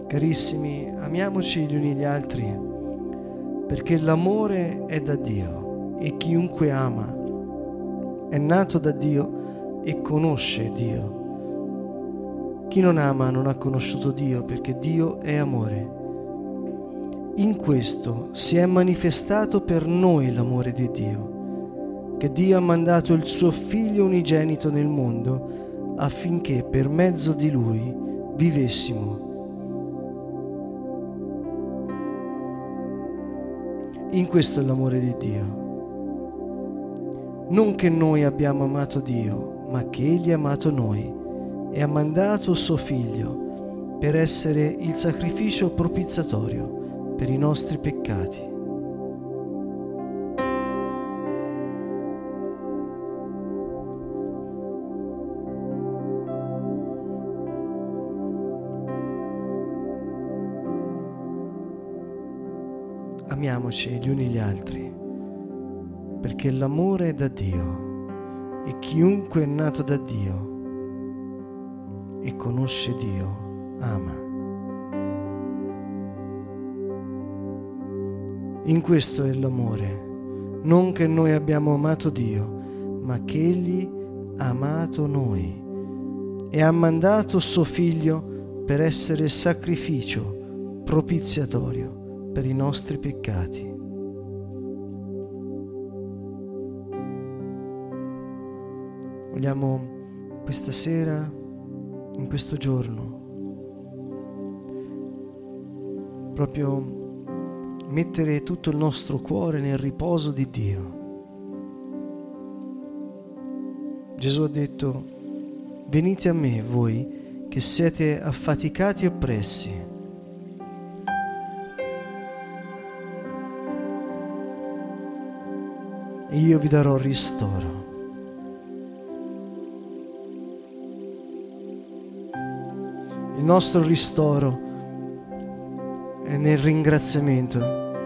Carissimi, amiamoci gli uni gli altri, perché l'amore è da Dio e chiunque ama è nato da Dio e conosce Dio. Chi non ama non ha conosciuto Dio, perché Dio è amore. In questo si è manifestato per noi l'amore di Dio, che Dio ha mandato il suo Figlio unigenito nel mondo affinché per mezzo di Lui vivessimo. In questo è l'amore di Dio. Non che noi abbiamo amato Dio, ma che Egli ha amato noi e ha mandato suo Figlio per essere il sacrificio propiziatorio per i nostri peccati. Amiamoci gli uni gli altri, perché l'amore è da Dio e chiunque è nato da Dio e conosce Dio ama. In questo è l'amore, non che noi abbiamo amato Dio, ma che Egli ha amato noi e ha mandato suo Figlio per essere sacrificio propiziatorio per i nostri peccati. Vogliamo questa sera, in questo giorno, proprio mettere tutto il nostro cuore nel riposo di Dio. Gesù ha detto: venite a me voi che siete affaticati e oppressi, e io vi darò ristoro. Il nostro ristoro è nel ringraziamento,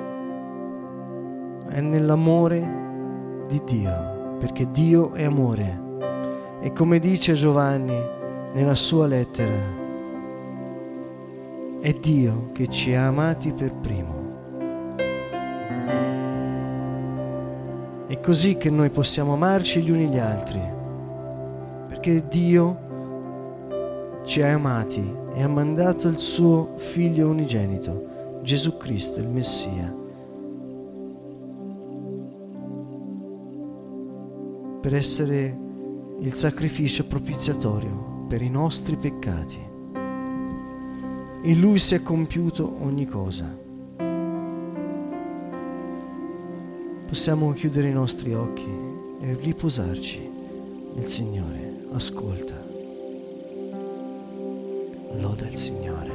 è nell'amore di Dio, perché Dio è amore. E come dice Giovanni nella sua lettera, è Dio che ci ha amati per primo. È così che noi possiamo amarci gli uni gli altri, perché Dio ci ha amati e ha mandato il suo Figlio unigenito, Gesù Cristo, il Messia, per essere il sacrificio propiziatorio per i nostri peccati. In Lui si è compiuto ogni cosa. Possiamo chiudere i nostri occhi e riposarci nel Signore. Ascolta. Loda il Signore.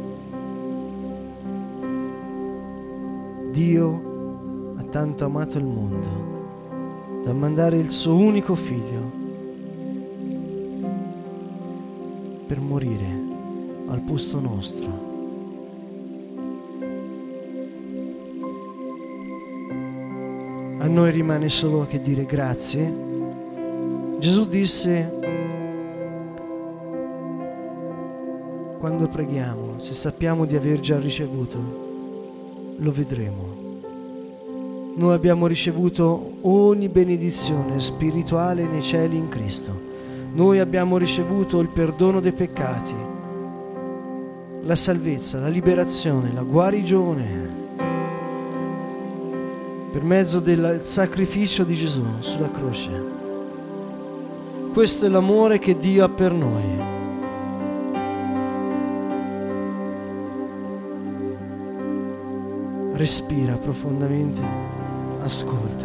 Dio ha tanto amato il mondo da mandare il suo unico Figlio per morire al posto nostro. A noi rimane solo che dire grazie. Gesù disse: quando preghiamo, se sappiamo di aver già ricevuto, lo vedremo. Noi abbiamo ricevuto ogni benedizione spirituale nei cieli in Cristo. Noi abbiamo ricevuto il perdono dei peccati, la salvezza, la liberazione, la guarigione, per mezzo del sacrificio di Gesù sulla croce. Questo è l'amore che Dio ha per noi. Respira profondamente, ascolta.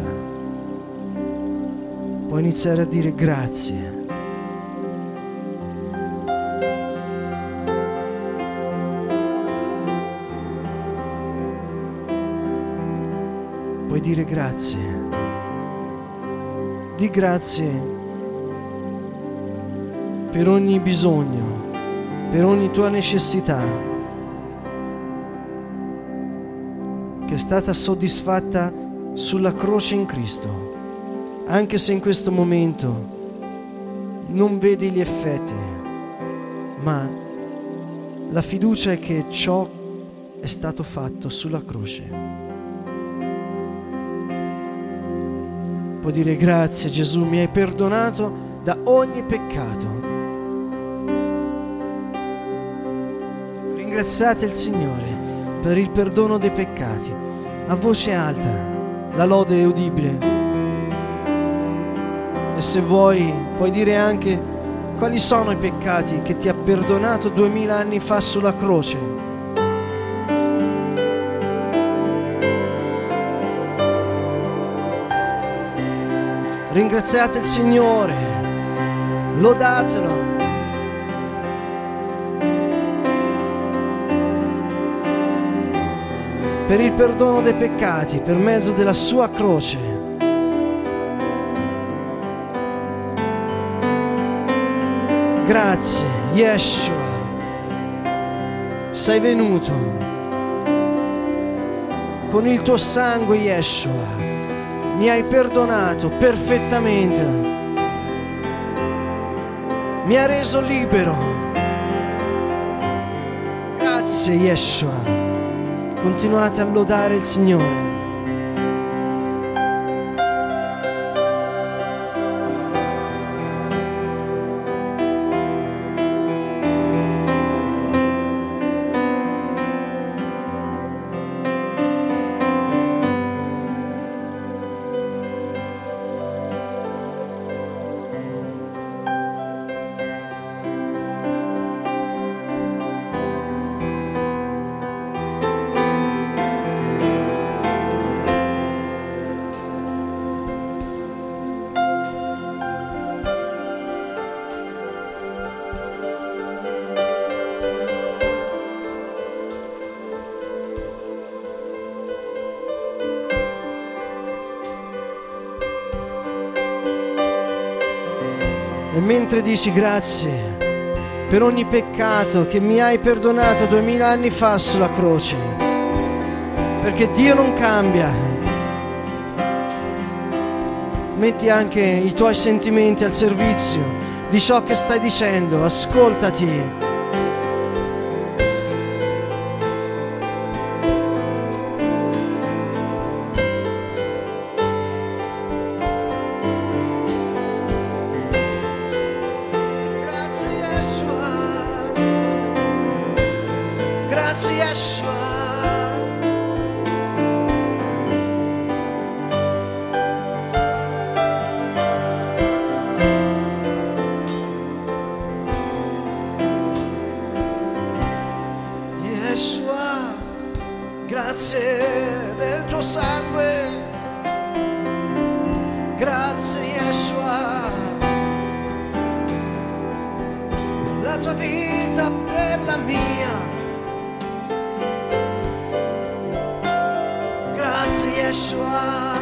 Puoi iniziare a dire grazie. Puoi dire grazie. Di grazie per ogni bisogno, per ogni tua necessità che è stata soddisfatta sulla croce in Cristo, anche se in questo momento non vedi gli effetti, ma La fiducia è che ciò è stato fatto sulla croce. Puoi dire: grazie Gesù, mi hai perdonato da ogni peccato. Ringraziate il Signore per il perdono dei peccati. A voce alta, la lode è udibile. E se vuoi, puoi dire anche quali sono i peccati che ti ha perdonato 2000 anni fa sulla croce. Ringraziate il Signore, lodatelo. Per il perdono dei peccati per mezzo della sua croce. Grazie, Yeshua, sei venuto con il tuo sangue, Yeshua, mi hai perdonato perfettamente, mi hai reso libero. Grazie, Yeshua. Continuate a lodare il Signore. E mentre dici grazie per ogni peccato che mi hai perdonato 2000 anni fa sulla croce, perché Dio non cambia, metti anche i tuoi sentimenti al servizio di ciò che stai dicendo. Ascoltati. Grazie Yeshua. Yeshua, grazie del tuo sangue. Grazie Yeshua per la tua vita, per la mia. Yeshua,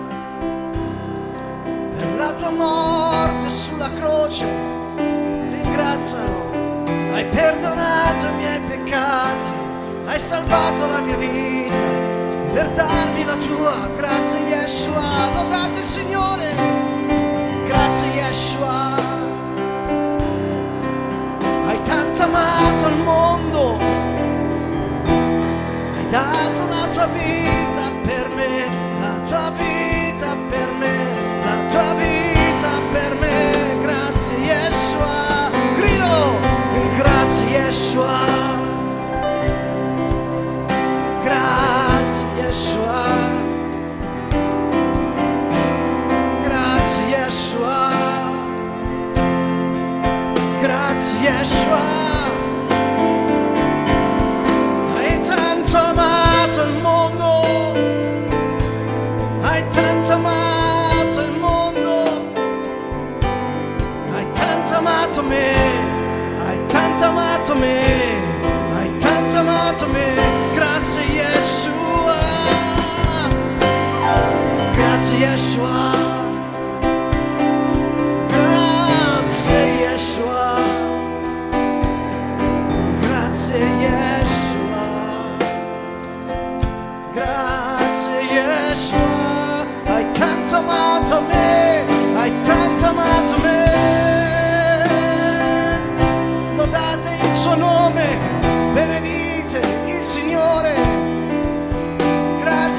per la tua morte sulla croce, ringrazialo. Hai perdonato i miei peccati, hai salvato la mia vita per darmi la tua. Grazie Yeshua, lodate il Signore. Grazie Yeshua, hai tanto amato il mondo, hai dato la tua vita per me, la tua vita per me, la tua vita per me. Grazie Yeshua, gridalo. Grazie Yeshua, grazie Yeshua, grazie Yeshua, grazie Yeshua. Hai tanto amato il mondo,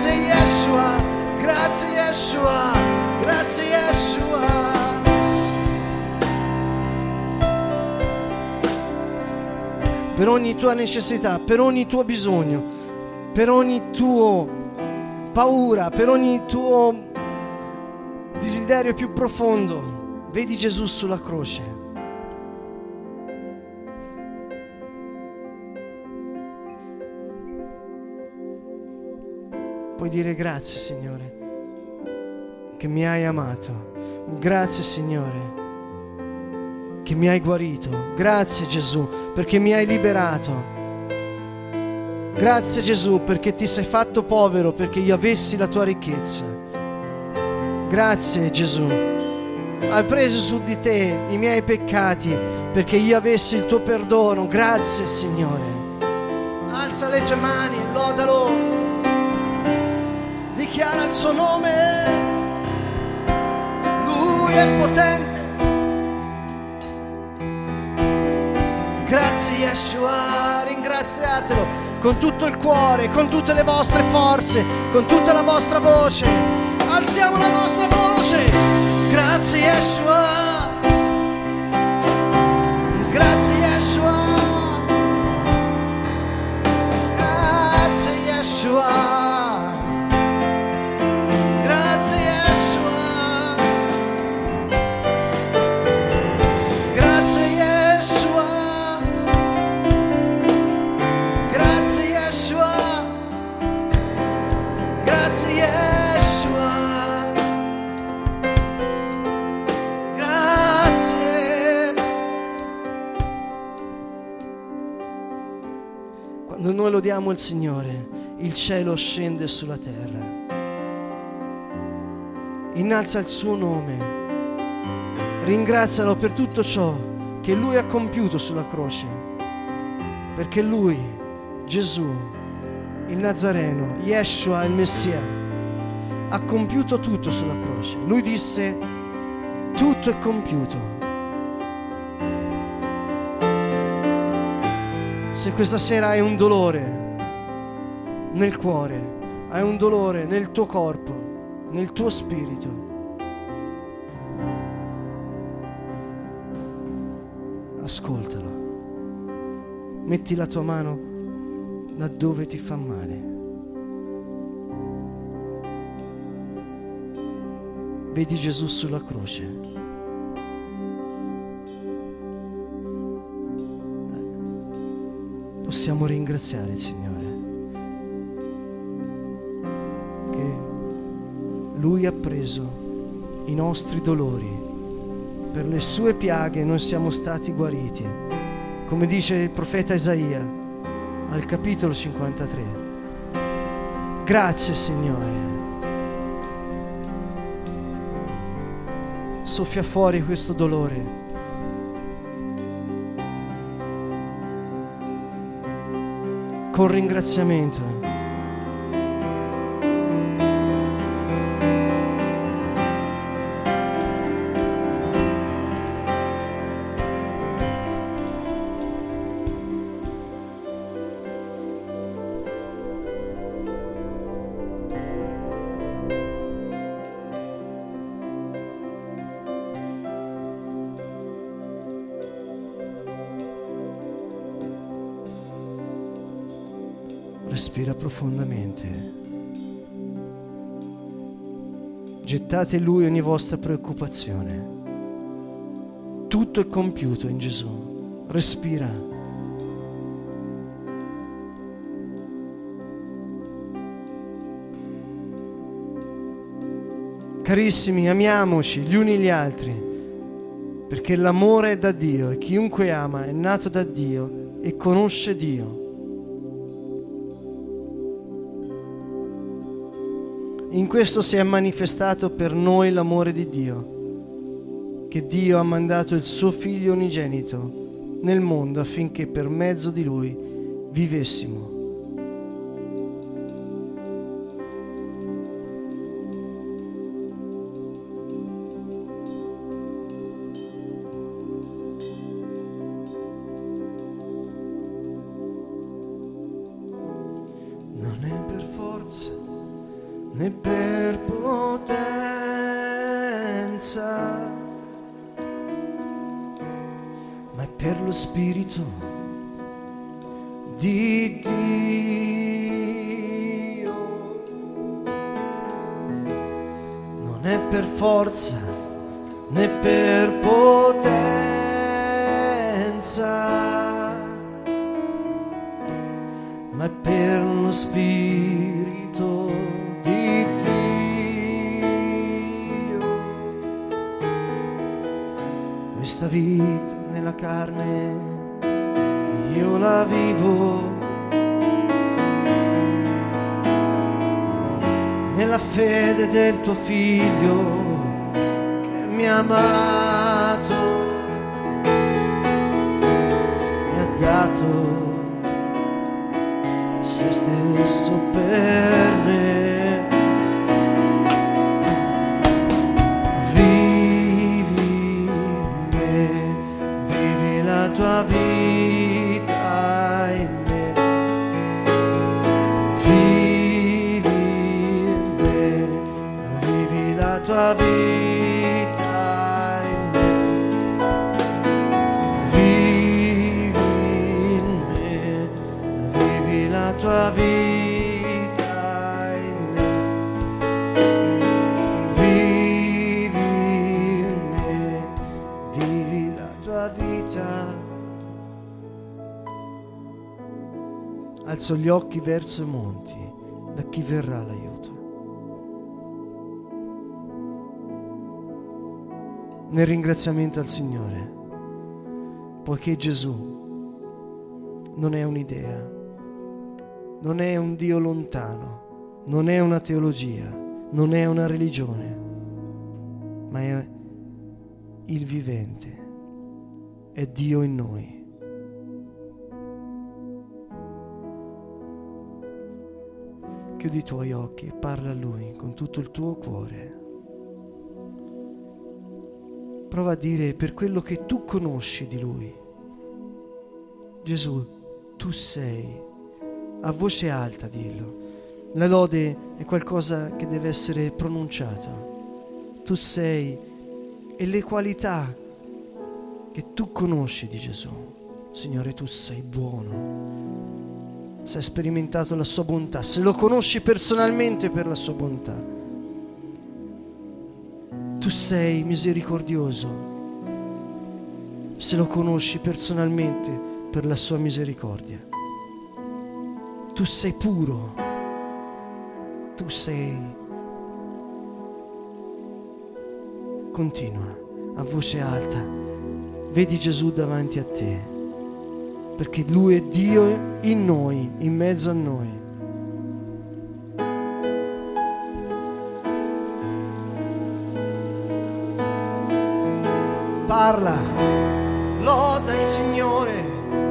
Grazie Yeshua, grazie Yeshua, grazie Yeshua. Per ogni tua necessità, per ogni tuo bisogno, per ogni tuo paura, per ogni tuo desiderio più profondo, vedi Gesù sulla croce. Puoi dire grazie Signore che mi hai amato, grazie Signore che mi hai guarito, grazie Gesù perché mi hai liberato, grazie Gesù perché ti sei fatto povero perché io avessi la tua ricchezza, grazie Gesù, hai preso su di te i miei peccati perché io avessi il tuo perdono, grazie Signore. Alza le tue mani, lodalo, dichiara il suo nome, Lui è potente. Grazie Yeshua, ringraziatelo con tutto il cuore, con tutte le vostre forze, con tutta la vostra voce. Alziamo la nostra voce. Grazie Yeshua, grazie Yeshua, grazie Yeshua. Quando noi lodiamo il Signore, il cielo scende sulla terra, innalza il suo nome, ringrazialo per tutto ciò che Lui ha compiuto sulla croce, perché Lui, Gesù, il Nazareno, Yeshua, il Messia, ha compiuto tutto sulla croce. Lui disse: tutto è compiuto. Se questa sera hai un dolore nel cuore, hai un dolore nel tuo corpo, nel tuo spirito, ascoltalo. Metti la tua mano laddove ti fa male. Vedi Gesù sulla croce. Possiamo ringraziare il Signore che Lui ha preso i nostri dolori, per le sue piaghe noi siamo stati guariti, come dice il profeta Isaia al capitolo 53. Grazie Signore. Soffia fuori questo dolore. Con ringraziamento. Respira profondamente. Gettate in Lui ogni vostra preoccupazione. Tutto è compiuto in Gesù. Respira. Carissimi, amiamoci gli uni gli altri, perché l'amore è da Dio e chiunque ama è nato da Dio e conosce Dio. In questo si è manifestato per noi l'amore di Dio, che Dio ha mandato il suo Figlio unigenito nel mondo affinché per mezzo di Lui vivessimo. Non è per forza né per potenza, ma è per lo Spirito di Dio. Non è per forza né per potenza, ma è per lo Spirito di Dio. Questa vita nella carne io la vivo, nella fede del tuo Figlio che mi ha amato e ha dato se stesso per me. Vivi in me, vivi la tua vita in me. Vivi in me, vivi la tua vita in me. Vivi in me, vivi la tua vita in me. Vivi in me, vivi la tua vita. Alzo gli occhi verso i monti, da chi verrà l'aiuto? Nel ringraziamento al Signore, poiché Gesù non è un'idea, non è un Dio lontano, non è una teologia, non è una religione, ma è il vivente, è Dio in noi. Chiudi i tuoi occhi e parla a Lui con tutto il tuo cuore. Prova a dire per quello che tu conosci di Lui. Gesù, tu sei. A voce alta dillo. La lode è qualcosa che deve essere pronunciato. Tu sei, e le qualità che tu conosci di Gesù. Signore, tu sei buono. Se hai sperimentato la sua bontà, se lo conosci personalmente per la sua bontà, tu sei misericordioso, se lo conosci personalmente per la sua misericordia, tu sei puro, tu sei. Continua a voce alta, vedi Gesù davanti a te, perché Lui è Dio in noi, in mezzo a noi. Parla, loda il Signore.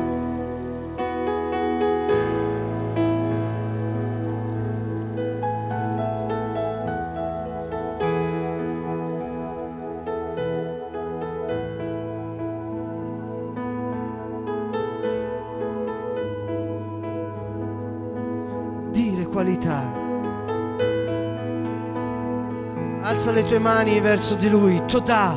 Qualità. Alza le tue mani verso di Lui. Todà.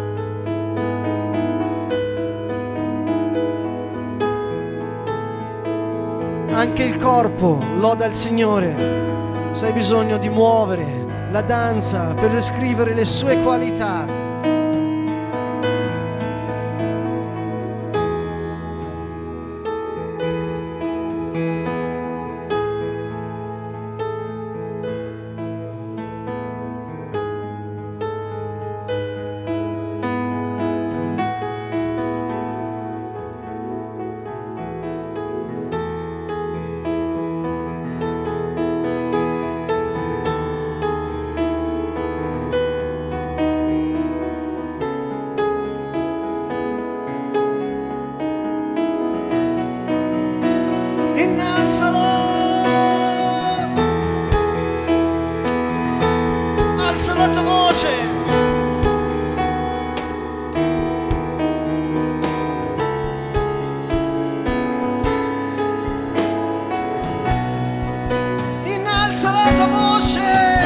Anche il corpo loda il Signore. Se hai bisogno di muovere la danza per descrivere le sue qualità, alza la tua voce. Innalza la tua voce.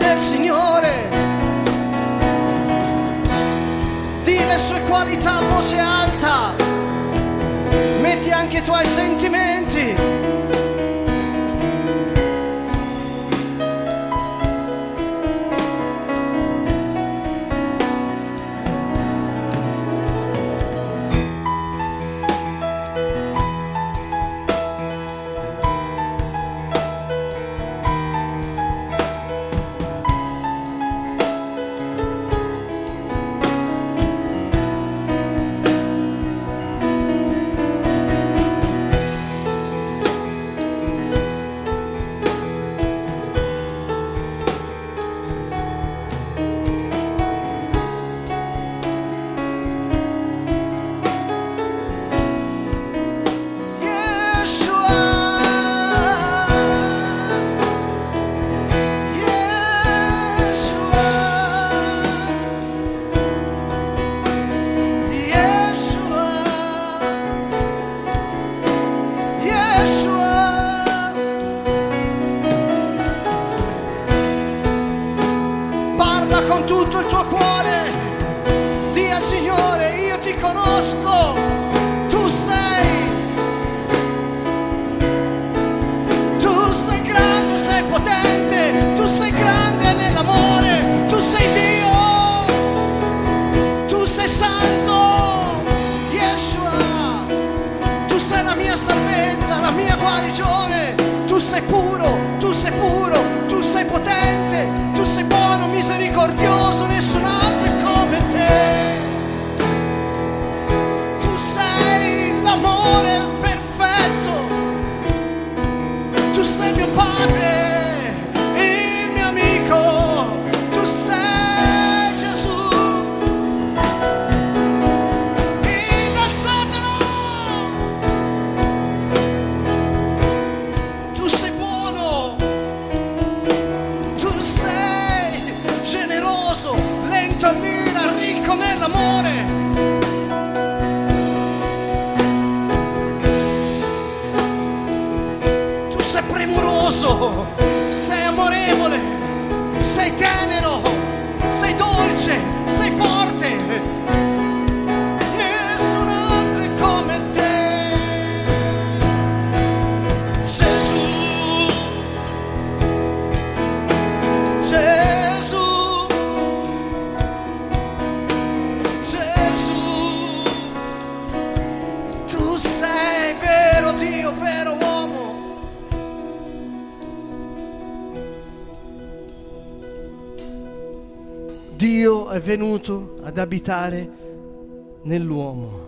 del Signore, di le sue qualità a voce alta, metti anche i tuoi sentimenti. Dio è venuto ad abitare nell'uomo.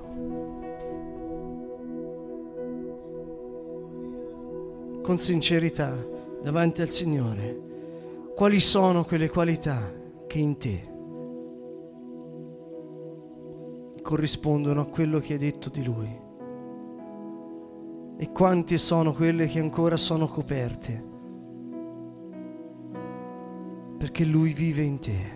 Con sincerità davanti al Signore, quali sono quelle qualità che in te corrispondono a quello che hai detto di Lui? E quante sono quelle che ancora sono coperte? Perché Lui vive in te.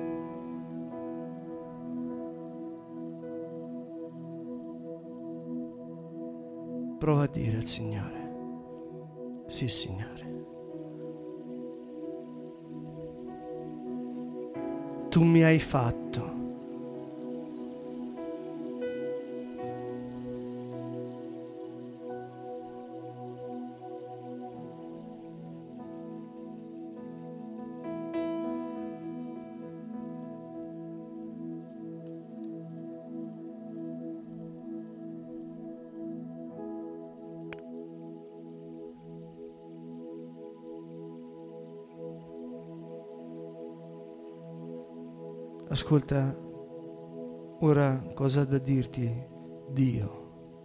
Prova a dire al Signore: sì, Signore, Tu mi hai fatto. Ascolta ora cosa ha da dirti Dio.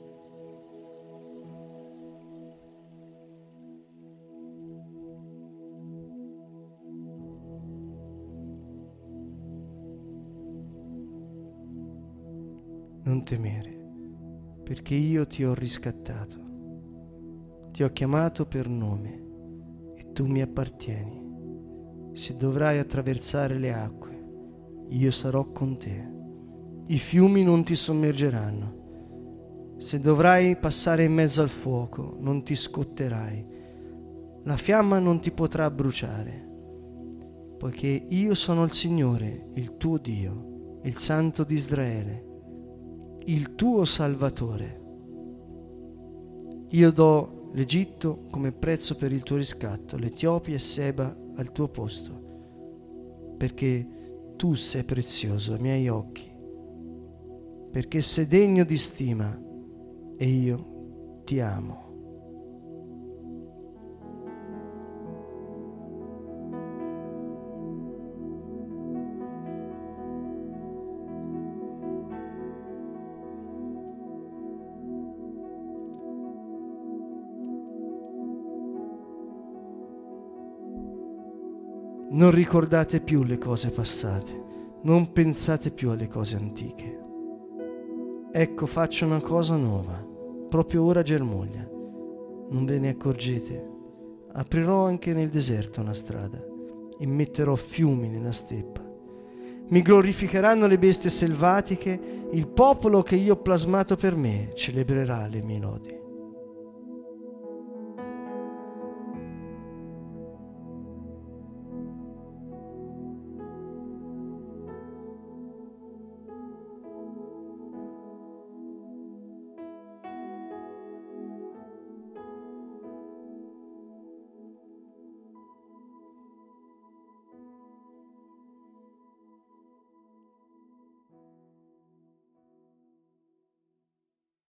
Non temere, perché io ti ho riscattato, ti ho chiamato per nome e tu mi appartieni. Se dovrai attraversare le acque, io sarò con te. I fiumi non ti sommergeranno. Se dovrai passare in mezzo al fuoco, non ti scotterai. La fiamma non ti potrà bruciare, poiché io sono il Signore, il tuo Dio, il Santo di Israele, il tuo Salvatore. Io do l'Egitto come prezzo per il tuo riscatto, l'Etiopia e Seba al tuo posto, perché tu sei prezioso ai miei occhi, perché sei degno di stima e io ti amo. Non ricordate più le cose passate, non pensate più alle cose antiche. Ecco, faccio una cosa nuova, proprio ora germoglia. Non ve ne accorgete? Aprirò anche nel deserto una strada e metterò fiumi nella steppa. Mi glorificheranno le bestie selvatiche, il popolo che io ho plasmato per me celebrerà le mie lodi.